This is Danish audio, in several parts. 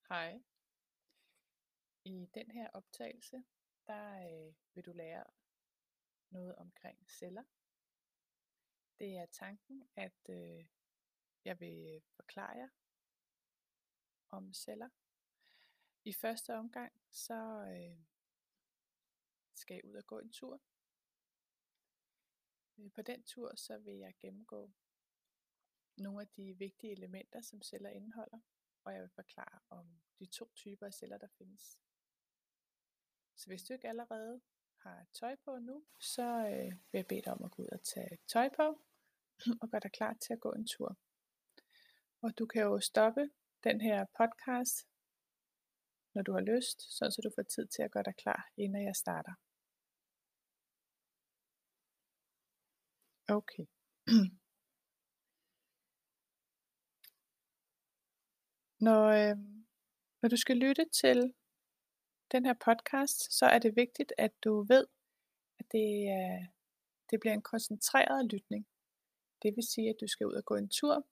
Hej. I den her optagelse, vil du lære noget omkring celler. Det er tanken, at jeg vil forklare jer om celler. I første omgang, så skal I ud og gå en tur. På den tur, så vil jeg gennemgå nogle af de vigtige elementer, som celler indeholder, og jeg vil forklare om de 2 typer af celler, der findes. Så hvis du ikke allerede har tøj på nu, så vil jeg bede dig om at gå ud og tage tøj på, og gøre dig klar til at gå en tur. Og du kan jo stoppe den her podcast, når du har lyst, så du får tid til at gøre dig klar, inden jeg starter. Okay. Når du skal lytte til den her podcast, så er det vigtigt, at du ved, at det bliver en koncentreret lytning. Det vil sige, at du skal ud og gå en tur,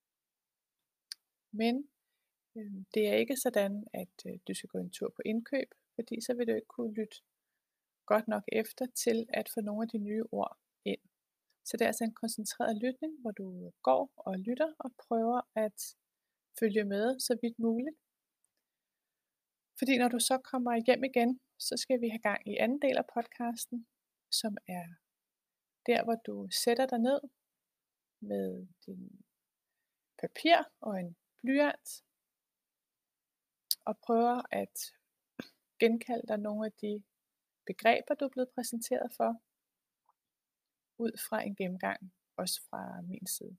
men det er ikke sådan, at du skal gå en tur på indkøb, fordi så vil du ikke kunne lytte godt nok efter til at få nogle af de nye ord ind. Så det er altså en koncentreret lytning, hvor du går og lytter og prøver at følge med så vidt muligt. Fordi når du så kommer hjem igen, så skal vi have gang i anden del af podcasten, som er der, hvor du sætter dig ned med din papir og en blyant og prøver at genkalde dig nogle af de begreber, du er blevet præsenteret for, ud fra en gennemgang, også fra min side.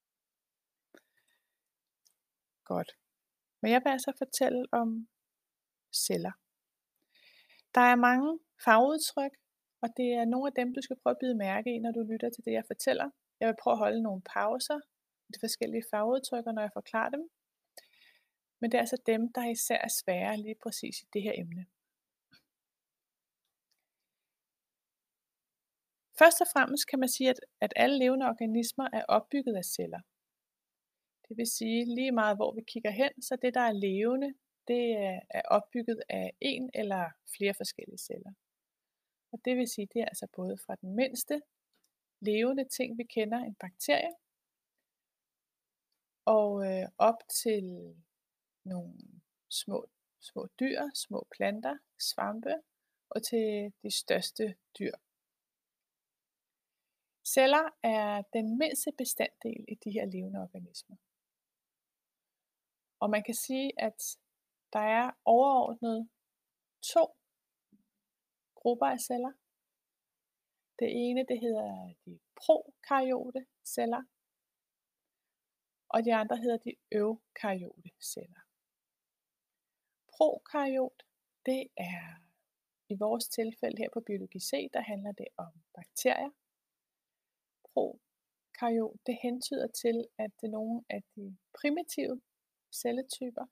Godt. Men jeg vil altså fortælle om celler. Der er mange fagudtryk, og det er nogle af dem, du skal prøve at bide mærke i, når du lytter til det, jeg fortæller. Jeg vil prøve at holde nogle pauser i de forskellige fagudtryk, når jeg forklarer dem. Men det er altså dem, der især er svære lige præcis i det her emne. Først og fremmest kan man sige, at alle levende organismer er opbygget af celler. Det vil sige, lige meget hvor vi kigger hen, så det, der er levende, det er opbygget af en eller flere forskellige celler. Og det vil sige, det er altså både fra den mindste levende ting, vi kender, en bakterie, og op til nogle små dyr, små planter, svampe, og til de største dyr. Celler er den mindste bestanddel i de her levende organismer. Og man kan sige, at der er overordnet 2 grupper af celler. Det ene, det hedder de prokaryote celler, og de andre hedder de eukaryote celler. Prokaryot, det er i vores tilfælde her på biologi C, der handler det om bakterier. Prokaryot, det hentyder til, at det er nogle af de primitive celletyper.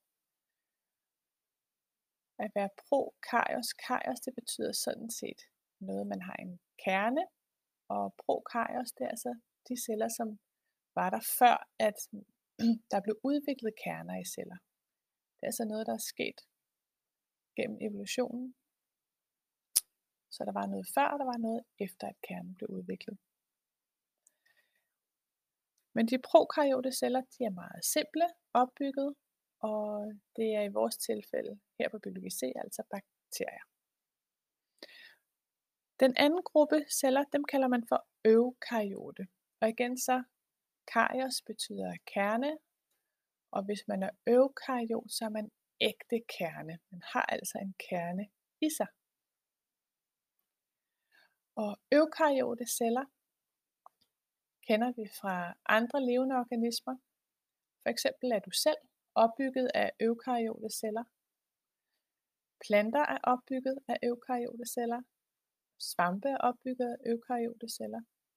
At være prokaryos, karyos, det betyder sådan set noget, man har en kerne, og prokaryos, det er altså de celler, som var der før, at der blev udviklet kerner i celler. Det er altså noget, der er sket gennem evolutionen. Så der var noget før, og der var noget efter, at kernen blev udviklet. Men de prokaryote celler, de er meget simple opbygget, og det er i vores tilfælde her på biologi C, altså bakterier. Den anden gruppe celler, dem kalder man for eukaryote. Og igen så, karyos betyder kerne, og hvis man er eukaryot, så er man ægte kerne. Man har altså en kerne i sig. Og eukaryote celler kender vi fra andre levende organismer. For eksempel er du selv opbygget af eukaryote celler. Planter er opbygget af eukaryote celler. Svampe er opbygget af eukaryote celler.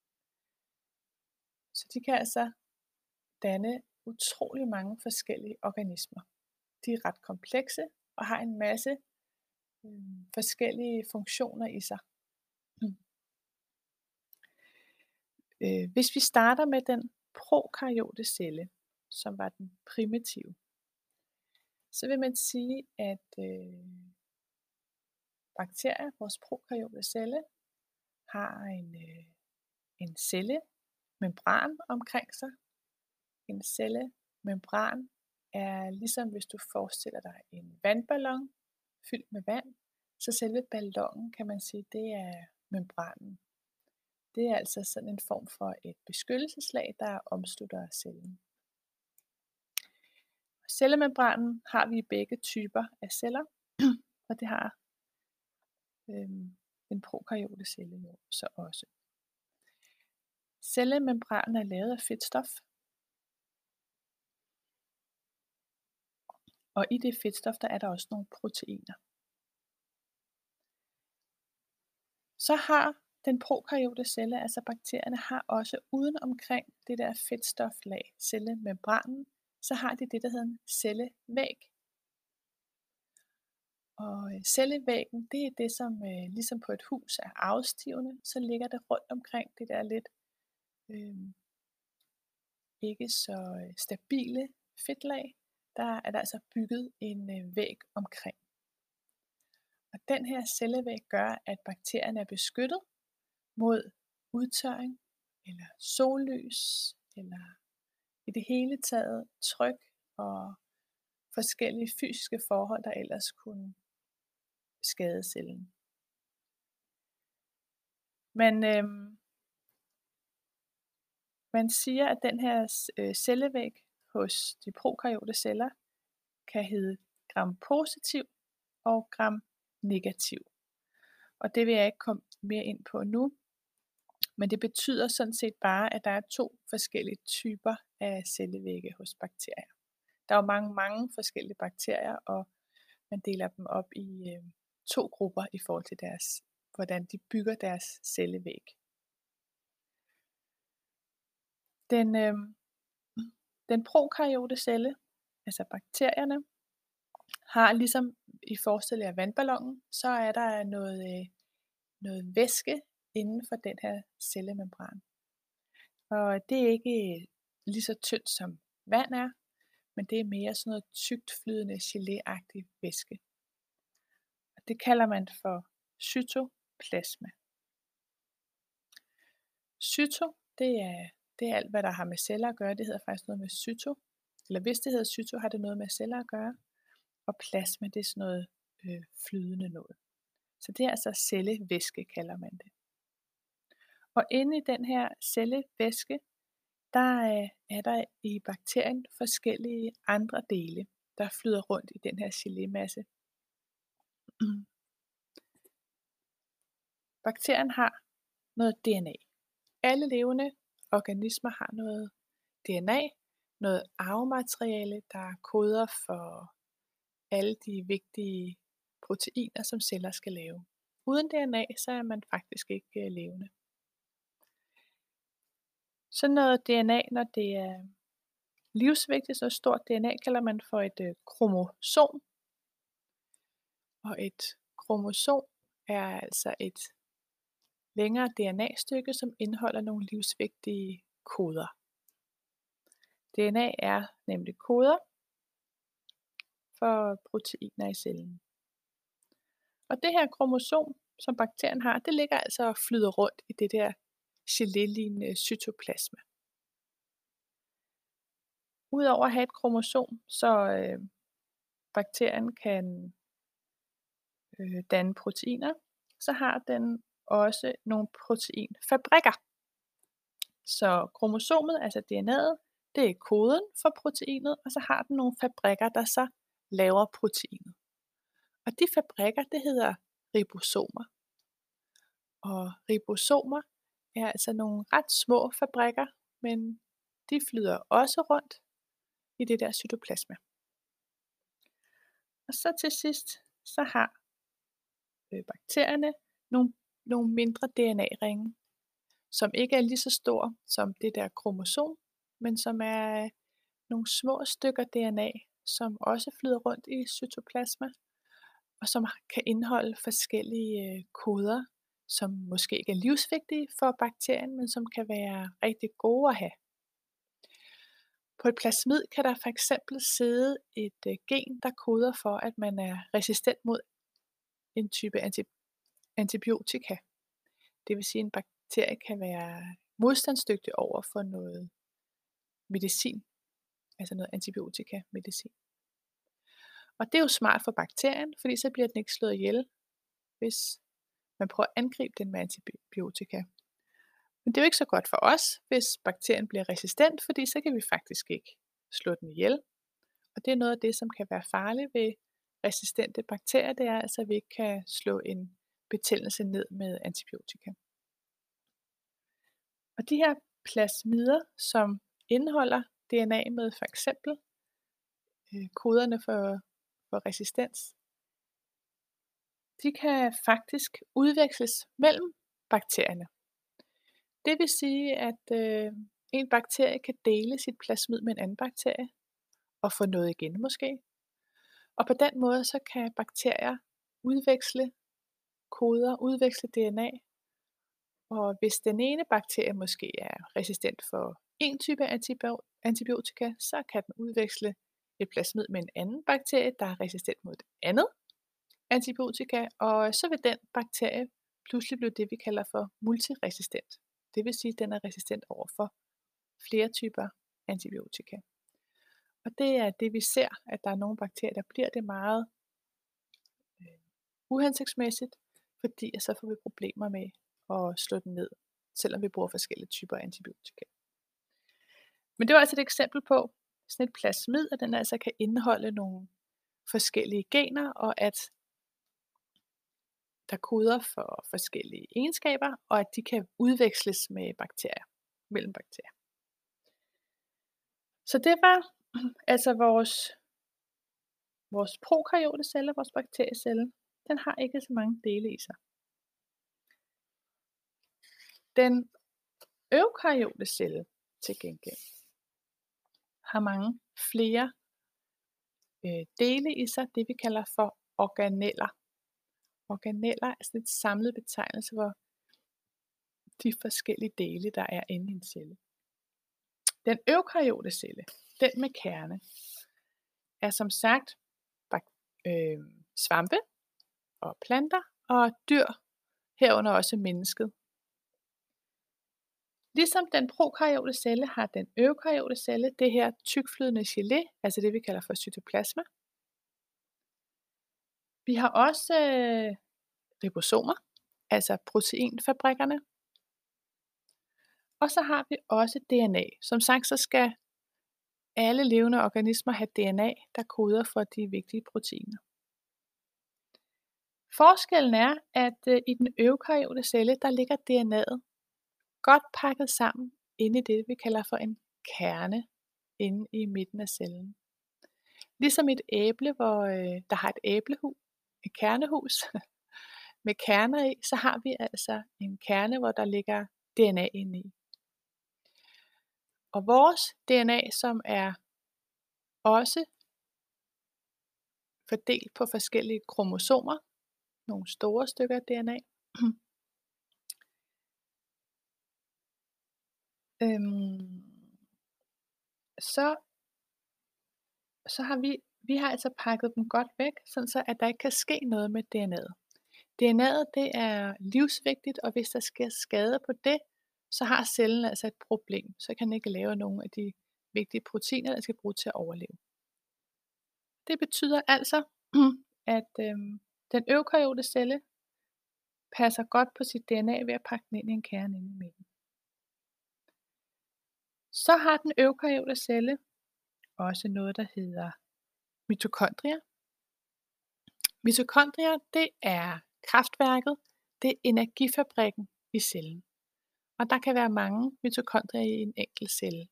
Så de kan altså danne utrolig mange forskellige organismer. De er ret komplekse og har en masse forskellige funktioner i sig. Hvis vi starter med den prokaryote celle, som var den primitive, så vil man sige, at bakterier, vores prokaryote celle, har en cellemembran omkring sig. En cellemembran er ligesom hvis du forestiller dig en vandballon fyldt med vand, så selve ballonen kan man sige, det er membranen. Det er altså sådan en form for et beskyttelseslag, der omslutter cellen. Cellemembranen har vi i begge typer af celler, og det har den prokaryote celle jo så også. Cellemembranen er lavet af fedtstof, og i det fedtstof, der er der også nogle proteiner. Så har den prokaryote celle, altså bakterierne, har også uden omkring det der fedtstoflag, cellemembranen, så har de det, der hedder en cellevæg. Og cellevæggen, det er det, som ligesom på et hus er afstivende, så ligger det rundt omkring det der lidt ikke så stabile fedtlag. Der er der altså bygget en væg omkring. Og den her cellevæg gør, at bakterierne er beskyttet mod udtørring, eller sollys, eller i det hele taget tryk og forskellige fysiske forhold, der ellers kunne skade cellen. Men man siger, at den her cellevæg hos de prokaryote celler kan hedde gram-positiv og gram-negativ. Og det vil jeg ikke komme mere ind på nu, men det betyder sådan set bare, at der er 2 forskellige typer af cellevægge hos bakterier. Der er jo mange forskellige bakterier, og man deler dem op i 2 grupper i forhold til hvordan de bygger deres cellevæg. Den prokaryote celle, altså bakterierne, har ligesom i forestilling af vandballonen, så er der noget væske inden for den her cellemembran. Og det er ikke lige så tyndt som vand er, men det er mere sådan noget tykt flydende geléagtig væske. Og det kalder man for cytoplasma. Cyto, det er alt, hvad der har med celler at gøre. Det hedder faktisk noget med cyto. Eller hvis det hedder cyto, har det noget med celler at gøre. Og plasma, det er sådan noget flydende noget. Så det er altså cellevæske, kalder man det. Og inde i den her cellevæske, der er der i bakterien forskellige andre dele, der flyder rundt i den her gelémasse. Bakterien har noget DNA. Alle levende organismer har noget DNA, noget arvemateriale, der koder for alle de vigtige proteiner, som celler skal lave. Uden DNA, så er man faktisk ikke levende. Sådan noget DNA, når det er livsvigtigt, så stort DNA, kalder man for et kromosom. Og et kromosom er altså et længere DNA-stykke, som indeholder nogle livsvigtige koder. DNA er nemlig koder for proteiner i cellen. Og det her kromosom, som bakterien har, det ligger altså og flyder rundt i det der gelé-lignende cytoplasma. Udover at have et kromosom, så bakterien kan danne proteiner, så har den også nogle proteinfabrikker. Så kromosomet, altså DNA'et, det er koden for proteinet, og så har den nogle fabrikker, der så laver proteinet. Og de fabrikker, det hedder ribosomer. Og ribosomer er altså nogle ret små fabrikker, men de flyder også rundt i det der cytoplasma. Og så til sidst, så har bakterierne nogle mindre DNA-ringe, som ikke er lige så stor som det der kromosom, men som er nogle små stykker DNA, som også flyder rundt i cytoplasma, og som kan indeholde forskellige koder, som måske ikke er livsvigtige for bakterien, men som kan være rigtig gode at have. På et plasmid kan der for eksempel sidde et gen, der koder for, at man er resistent mod en type antibiotika. Det vil sige, at en bakterie kan være modstandsdygtig over for noget medicin, altså noget antibiotika-medicin. Og det er jo smart for bakterien, fordi så bliver den ikke slået ihjel, hvis man prøver at angribe den med antibiotika. Men det er jo ikke så godt for os, hvis bakterien bliver resistent, fordi så kan vi faktisk ikke slå den ihjel. Og det er noget af det, som kan være farligt ved resistente bakterier, det er altså, at vi ikke kan slå en betændelse ned med antibiotika. Og de her plasmider, som indeholder DNA med for eksempel koderne for resistens, de kan faktisk udveksles mellem bakterierne. Det vil sige, at en bakterie kan dele sit plasmid med en anden bakterie og få noget igen måske. Og på den måde så kan bakterier udveksle koder, udveksle DNA. Og hvis den ene bakterie måske er resistent for en type antibiotika, så kan den udveksle et plasmid med en anden bakterie, der er resistent mod et andet antibiotika, og så vil den bakterie pludselig blive det, vi kalder for multiresistent. Det vil sige, at den er resistent over for flere typer antibiotika. Og det er det, vi ser, at der er nogle bakterier, der bliver det meget uhensigtsmæssigt, fordi så får vi problemer med at slå den ned, selvom vi bruger forskellige typer antibiotika. Men det var altså et eksempel på sådan et plasmid, at den altså kan indeholde nogle forskellige gener, og at der koder for forskellige egenskaber, og at de kan udveksles med bakterier, mellem bakterier. Så det var altså vores prokaryote celle, vores bakteriecelle. Den har ikke så mange dele i sig. Den eukaryote celle til gengæld har mange flere dele i sig, det vi kalder for organeller. Organeller er sådan et samlet betegnelse for de forskellige dele, der er inde i en celle. Den eukaryote celle, den med kerne, er som sagt svampe og planter og dyr, herunder også mennesket. Ligesom den prokaryote celle har den eukaryote celle det her tykflydende gelé, altså det vi kalder for cytoplasma. Vi har også ribosomer, altså proteinfabrikkerne. Og så har vi også DNA. Som sagt, så skal alle levende organismer have DNA, der koder for de vigtige proteiner. Forskellen er, at i den eukaryote celle, der ligger DNA'et godt pakket sammen inde i det, vi kalder for en kerne inde i midten af cellen. Ligesom et æble, hvor der har et kernehus med kerner i, så har vi altså en kerne, hvor der ligger DNA inde i. Og vores DNA, som er også fordelt på forskellige kromosomer, nogle store stykker DNA, så har vi har altså pakket dem godt væk, sådan så at der ikke kan ske noget med DNA'et. DNA'et, det er livsvigtigt, og hvis der sker skade på det, så har cellen altså et problem. Så kan den ikke lave nogle af de vigtige proteiner, der skal bruge til at overleve. Det betyder altså, at den eukaryote celle passer godt på sit DNA ved at pakke den ind i en kerne inde i midten. Så har den eukaryote celle også noget, der hedder mitokondrier. Mitokondrier, det er kraftværket, det er energifabrikken i cellen. Og der kan være mange mitokondrier i en enkelt celle.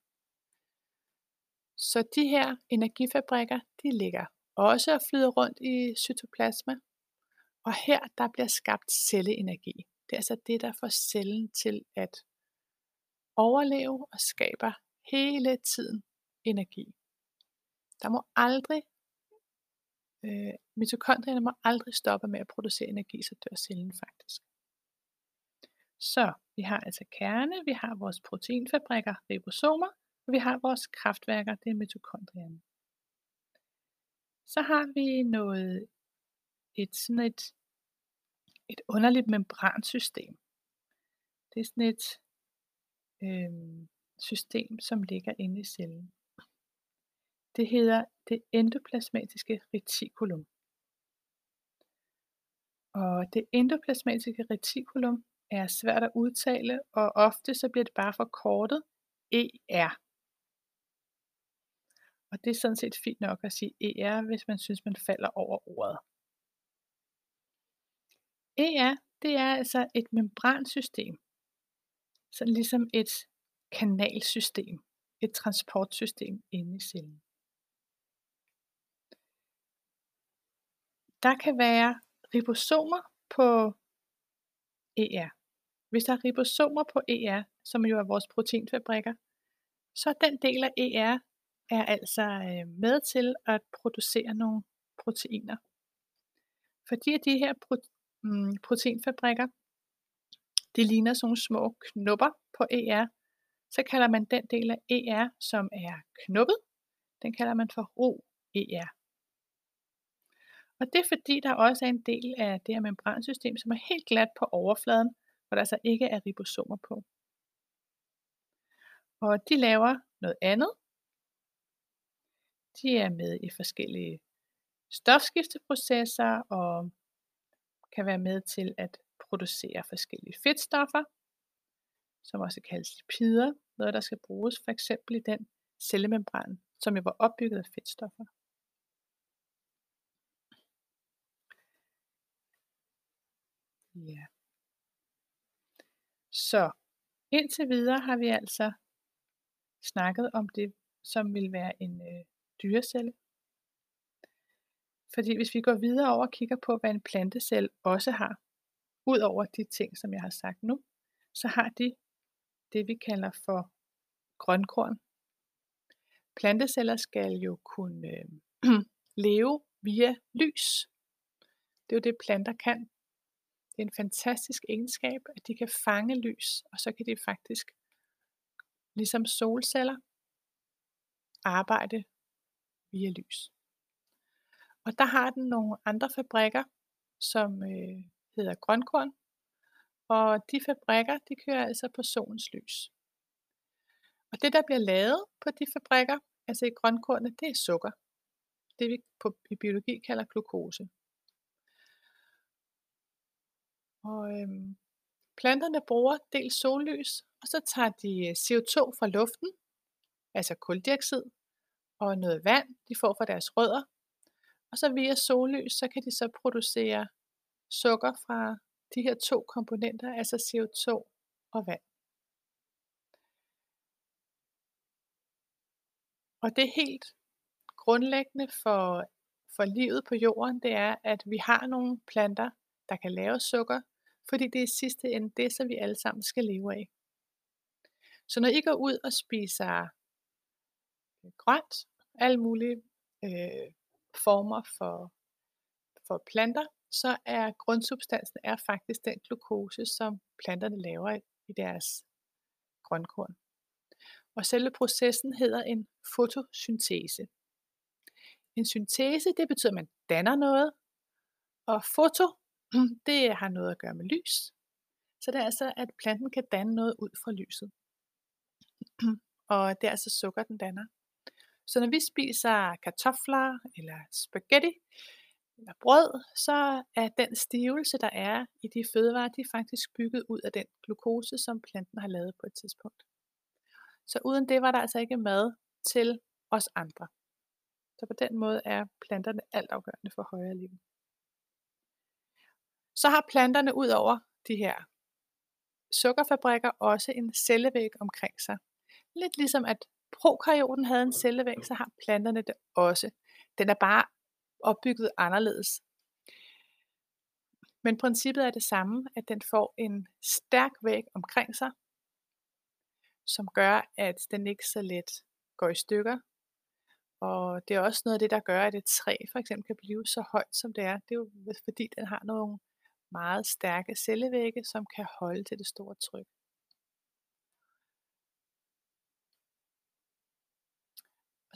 Så de her energifabrikker, de ligger også og flyder rundt i cytoplasma. Og her, der bliver skabt celleenergi. Det er altså det, der får cellen til at overleve og skaber hele tiden energi. Der må aldrig, mitokondrierne må aldrig stoppe med at producere energi, så dør cellen faktisk. Så vi har altså kerne, vi har vores proteinfabrikker, ribosomer, Vi har vores kraftværker, det er mitokondrierne. Så har vi et underligt membransystem. Det er sådan et system, som ligger inde i cellen. Det hedder det endoplasmatiske reticulum. Og det endoplasmatiske reticulum er svært at udtale, og ofte så bliver det bare forkortet ER. Og det er sådan set fint nok at sige ER, hvis man synes, man falder over ordet. ER, det er altså et membransystem. Sådan ligesom et kanalsystem, et transportsystem inde i cellen. Der kan være ribosomer på ER. Hvis der er ribosomer på ER, som jo er vores proteinfabrikker, så den del af ER er altså med til at producere nogle proteiner. Fordi de her proteinfabrikker, de ligner sådan nogle små knopper på ER, så kalder man den del af ER, som er knuppet, den kalder man for ROER. Og det er fordi, der også er en del af det her membransystem, som er helt glat på overfladen, hvor der altså ikke er ribosomer på. Og de laver noget andet. De er med i forskellige stofskifteprocesser og kan være med til at producere forskellige fedtstoffer, som også kaldes lipider, noget der skal bruges for eksempel i den cellemembran, som jo var opbygget af fedtstoffer. Ja. Så indtil videre har vi altså snakket om det, som vil være en dyrecelle. Fordi hvis vi går videre over og kigger på, hvad en plantecelle også har, ud over de ting, som jeg har sagt nu, så har de det, vi kalder for grønkorn. Planteceller skal jo kunne leve via lys. Det er jo det, planter kan. Det er en fantastisk egenskab, at de kan fange lys, og så kan de faktisk, ligesom solceller, arbejde via lys. Og der har den nogle andre fabrikker, som hedder grønkorn, og de fabrikker, de kører altså på solens lys. Og det, der bliver lavet på de fabrikker, altså i grønkornet, det er sukker. Det vi i biologi kalder glukose. Og planterne bruger dels sollys, og så tager de CO2 fra luften, altså kuldioxid, og noget vand, de får fra deres rødder. Og så via sollys, så kan de så producere sukker fra de her to komponenter, altså CO2 og vand. Og det er helt grundlæggende for livet på jorden, det er, at vi har nogle planter, der kan lave sukker, fordi det er i sidste ende det, som vi alle sammen skal leve af. Så når I går ud og spiser grønt, alle mulige former for planter, så er grundsubstansen faktisk den glukose, som planterne laver i deres grønkorn. Og selve processen hedder en fotosyntese. En syntese, det betyder, at man danner noget, og foto, det har noget at gøre med lys. Så det er altså, at planten kan danne noget ud fra lyset. Og det er altså sukker, den danner. Så når vi spiser kartofler, eller spaghetti, eller brød, så er den stivelse, der er i de fødevarer, de er faktisk bygget ud af den glukose, som planten har lavet på et tidspunkt. Så uden det var der altså ikke mad til os andre. Så på den måde er planterne altafgørende for højere liv. Så har planterne ud over de her sukkerfabrikker også en cellevæg omkring sig. Lidt ligesom at prokaryoten havde en cellevæg, så har planterne det også. Den er bare opbygget anderledes. Men princippet er det samme, at den får en stærk væg omkring sig, som gør, at den ikke så let går i stykker. Og det er også noget af det, der gør, at et træ for eksempel kan blive så højt, som det er. Det er jo fordi, den har nogle meget stærke cellevægge, som kan holde til det store tryk.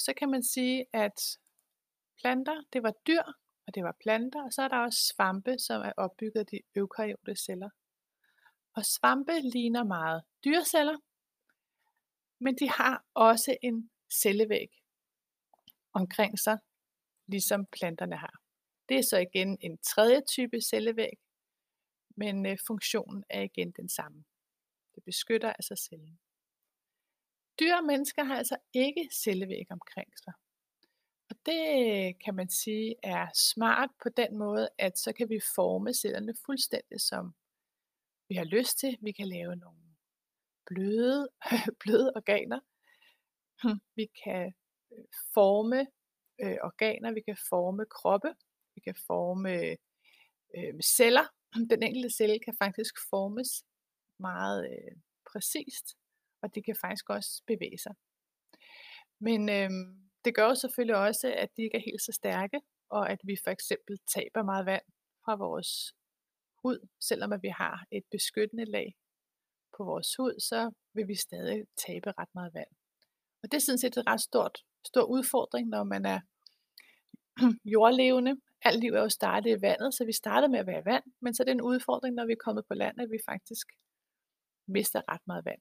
så kan man sige, at planter, det var dyr, og det var planter, og så er der også svampe, som er opbygget af de eukaryote celler. Og svampe ligner meget dyreceller, men de har også en cellevæg omkring sig, ligesom planterne har. Det er så igen en tredje type cellevæg, men funktionen er igen den samme. Det beskytter altså cellen. Dyr og mennesker har altså ikke cellevæg omkring sig. Og det kan man sige er smart på den måde, at så kan vi forme cellerne fuldstændig som vi har lyst til. Vi kan lave nogle bløde, bløde organer. Vi kan forme organer, vi kan forme kroppe, vi kan forme celler. Den enkelte celle kan faktisk formes meget præcist, og de kan faktisk også bevæge sig. Men det gør jo selvfølgelig også, at de ikke er helt så stærke, og at vi for eksempel taber meget vand fra vores hud. Selvom at vi har et beskyttende lag på vores hud, så vil vi stadig tabe ret meget vand. Og det er sådan set en ret stor udfordring, når man er jordlevende. Alt liv er jo startet i vandet, så vi starter med at være i vand, men så er det en udfordring, når vi er kommet på land, at vi faktisk mister ret meget vand.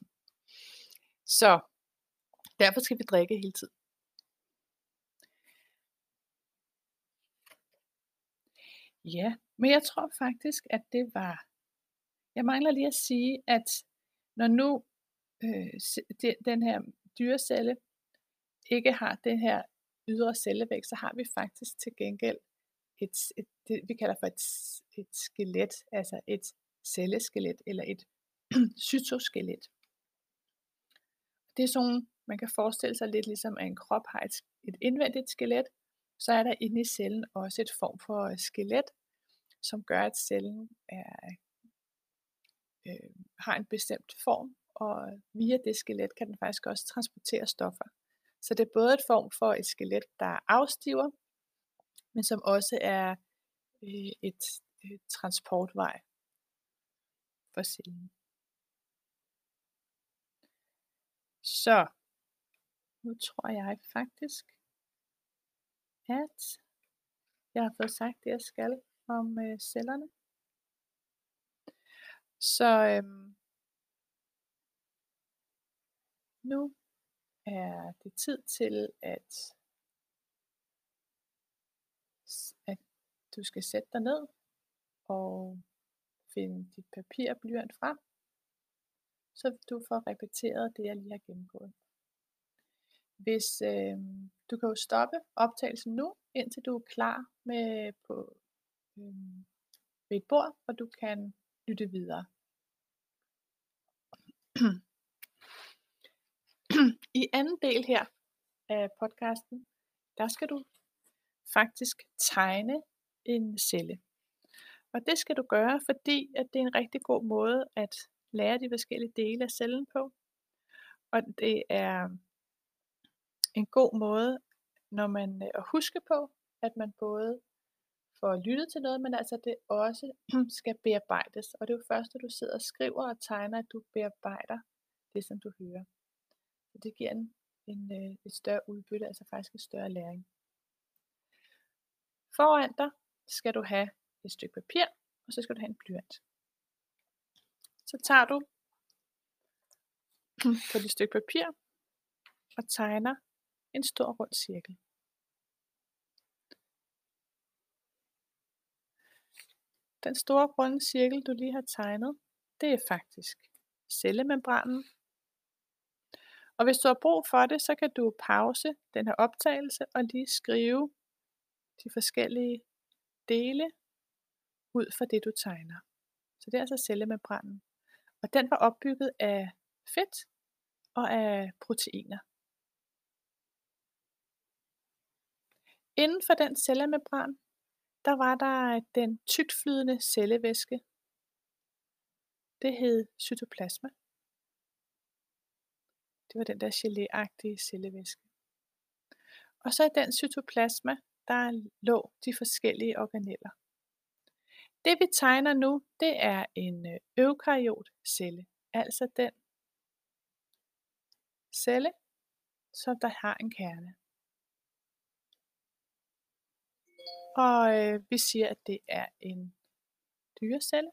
Så derfor skal vi drikke hele tiden. Ja, men jeg tror faktisk, at det var. Jeg mangler lige at sige, at når nu den her dyrecelle ikke har det her ydre cellevæg, så har vi faktisk til gengæld det vi kalder for et skelet, altså et celleskelet eller et cytoskelet. Det er sådan, man kan forestille sig lidt ligesom, at en krop har et indvendigt skelet, så er der inde i cellen også et form for skelet, som gør, at cellen har en bestemt form, og via det skelet kan den faktisk også transportere stoffer. Så det er både et form for et skelet, der afstiver, men som også er et transportvej for cellen. Så nu tror jeg faktisk, at jeg har fået sagt det, jeg skal om cellerne. Så nu er det tid til, at du skal sætte dig ned og finde dit papir og blyant frem, så du får repeteret det, jeg lige har gennemgået. Hvis du kan jo stoppe optagelsen nu, indtil du er klar med ved et bord, og du kan lytte videre. I anden del her af podcasten, der skal du faktisk tegne en celle. Og det skal du gøre, fordi at det er en rigtig god måde at lære de forskellige dele af cellen på. Og det er en god måde, når man at huske på, at man både får lyttet til noget, men altså det også skal bearbejdes. Og det er jo først, når du sidder og skriver og tegner, at du bearbejder det, som du hører. Så det giver et større udbytte, altså faktisk en større læring. Foran dig skal du have et stykke papir, og så skal du have en blyant. Så tager du på det stykke papir og tegner en stor rund cirkel. Den store runde cirkel, du lige har tegnet, det er faktisk cellemembranen. Og hvis du har brug for det, så kan du pause den her optagelse og lige skrive de forskellige dele ud fra det, du tegner. Så det er altså cellemembranen. Og den var opbygget af fedt og af proteiner. Inden for den cellemembran, der var der den tykflydende cellevæske. Det hed cytoplasma. Det var den der geléagtige cellevæske. Og så i den cytoplasma, der lå de forskellige organeller. Det vi tegner nu, det er en eukaryot celle. Altså den celle, som der har en kerne. Og vi siger, at det er en dyrecelle.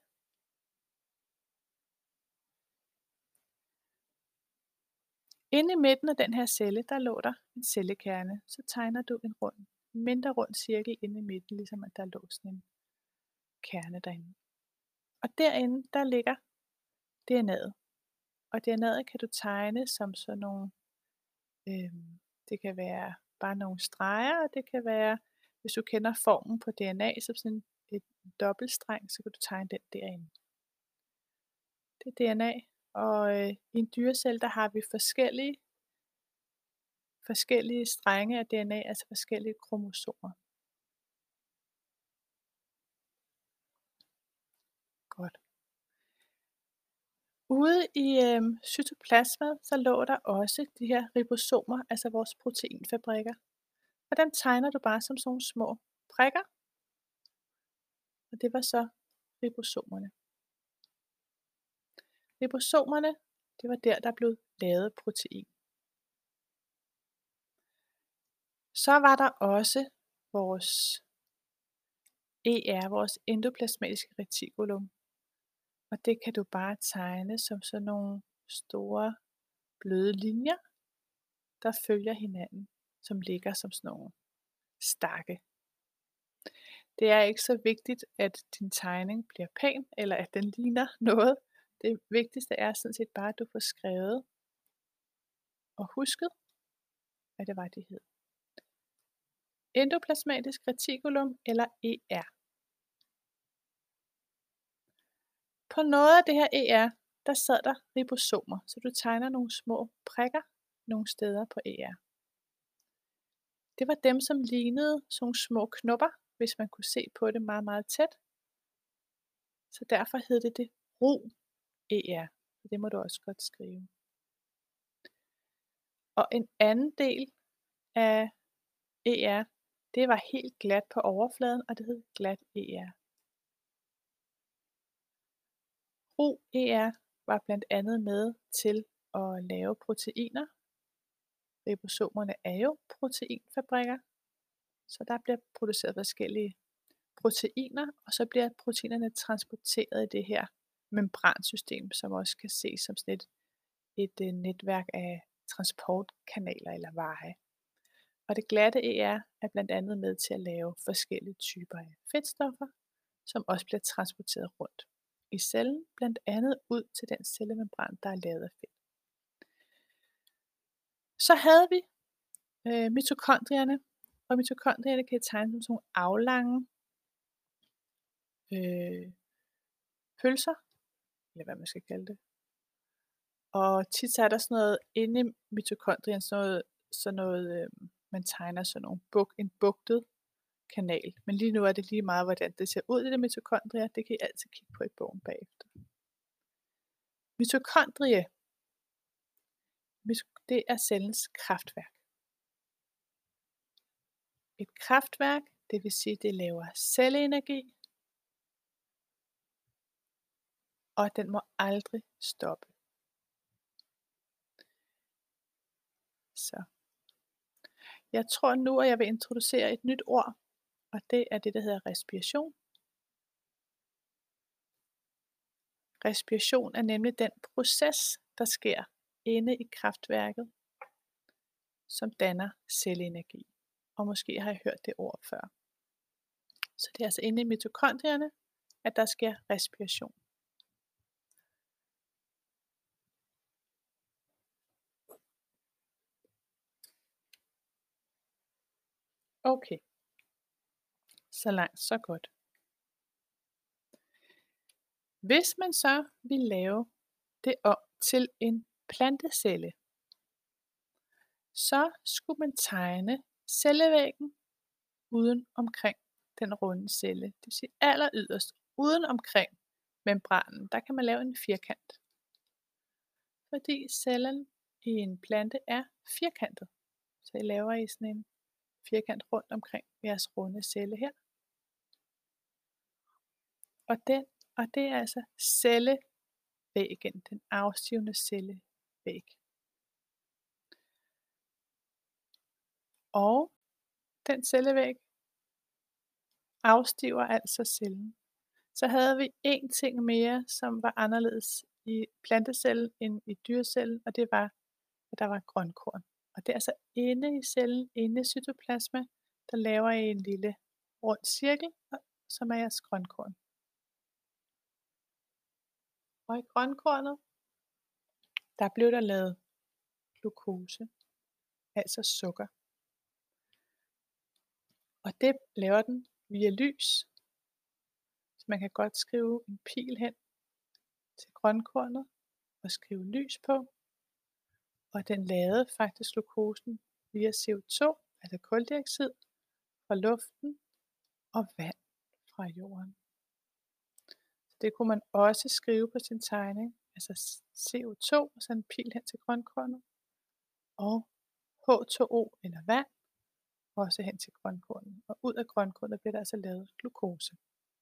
Inde i midten af den her celle, der lå der en cellekerne. Så tegner du en mindre rund cirkel inde i midten, ligesom at der lå sådan en kerne derinde. Og derinde, der ligger DNA'et. Og DNA'et kan du tegne som sådan nogle, det kan være bare nogle streger, og det kan være, hvis du kender formen på DNA, som sådan et dobbeltstreng, så kan du tegne den derinde. Det er DNA, og i en dyrecelle, der har vi forskellige strenge af DNA, altså forskellige kromosomer. Godt. Ude i cytoplasmaet, så lå der også de her ribosomer, altså vores proteinfabrikker. Og dem tegner du bare som sådan nogle små prikker. Og det var så ribosomerne. Ribosomerne, det var der blev lavet protein. Så var der også vores vores endoplasmatiske reticulum. Og det kan du bare tegne som sådan nogle store bløde linjer, der følger hinanden, som ligger som sådan nogle stakke. Det er ikke så vigtigt, at din tegning bliver pæn, eller at den ligner noget. Det vigtigste er sådan set bare, at du får skrevet og husket, hvad det var, det hed. Endoplasmatisk reticulum eller ER. På noget af det her ER, der sad der ribosomer, så du tegner nogle små prikker nogle steder på ER. Det var dem, som lignede sådan nogle små knopper, hvis man kunne se på det meget, meget tæt. Så derfor hed det RU-ER. Det må du også godt skrive. Og en anden del af ER, det var helt glat på overfladen, og det hed glat ER. RU-ER var blandt andet med til at lave proteiner. Ribosomerne er jo proteinfabrikker, så der bliver produceret forskellige proteiner, og så bliver proteinerne transporteret i det her membransystem, som også kan ses som sådan et netværk af transportkanaler eller veje. Og det glatte ER er blandt andet med til at lave forskellige typer af fedtstoffer, som også bliver transporteret rundt i cellen, blandt andet ud til den cellemembran, der er lavet af fedt. Så havde vi mitokondrierne, og mitokondrierne kan tegnes som sådan nogle aflange pølser, eller hvad man skal kalde det. Og tit er der sådan noget inde i mitokondrien, sådan noget man tegner sådan en bugtet kanal. Men lige nu er det lige meget, hvordan det ser ud i det mitokondrier. Det kan I altid kigge på i bogen bagefter. Mitokondrie, det er cellens kraftværk. Et kraftværk, det vil sige, det laver celleenergi, og den må aldrig stoppe. Så. Jeg tror nu, at jeg vil introducere et nyt ord, og det er det, der hedder respiration. Respiration er nemlig den proces, der sker inde i kraftværket, som danner celleenergi. Og måske har I hørt det ord før. Så det er altså inde i mitokondrierne, at der sker respiration. Okay, så langt, så godt. Hvis man så vil lave det om til en plantecelle, så skulle man tegne cellevæggen uden omkring den runde celle. Det vil sige aller yderst uden omkring membranen, der kan man lave en firkant. Fordi cellen i en plante er firkantet. Så I laver I sådan en firkant rundt omkring jeres runde celle her. Og det er altså cellevæggen, den afstivende cellevæg. Og den cellevæg afstiver altså cellen. Så havde vi en ting mere, som var anderledes i plantecellen end i dyrecellen, og det var, at der var grønkorn. Og det er altså inde i cellen, inde i cytoplasma, der laver I en lille rund cirkel, som er jeres grønkorn. Og i grønkornet, der blev der lavet glukose, altså sukker. Og det laver den via lys. Så man kan godt skrive en pil hen til grønkornet og skrive lys på. Og den lavede faktisk glukosen via CO2, altså kuldioxid, fra luften og vand fra jorden. Så det kunne man også skrive på sin tegning, altså CO2 og så en pil hen til grønkornet, og H2O eller vand, også hen til grønkornet. Og ud af grønkornet bliver der altså lavet glukose.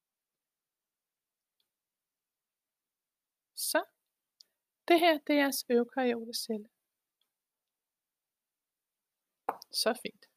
Så det her, det er jeres eukaryote celle. Så fint.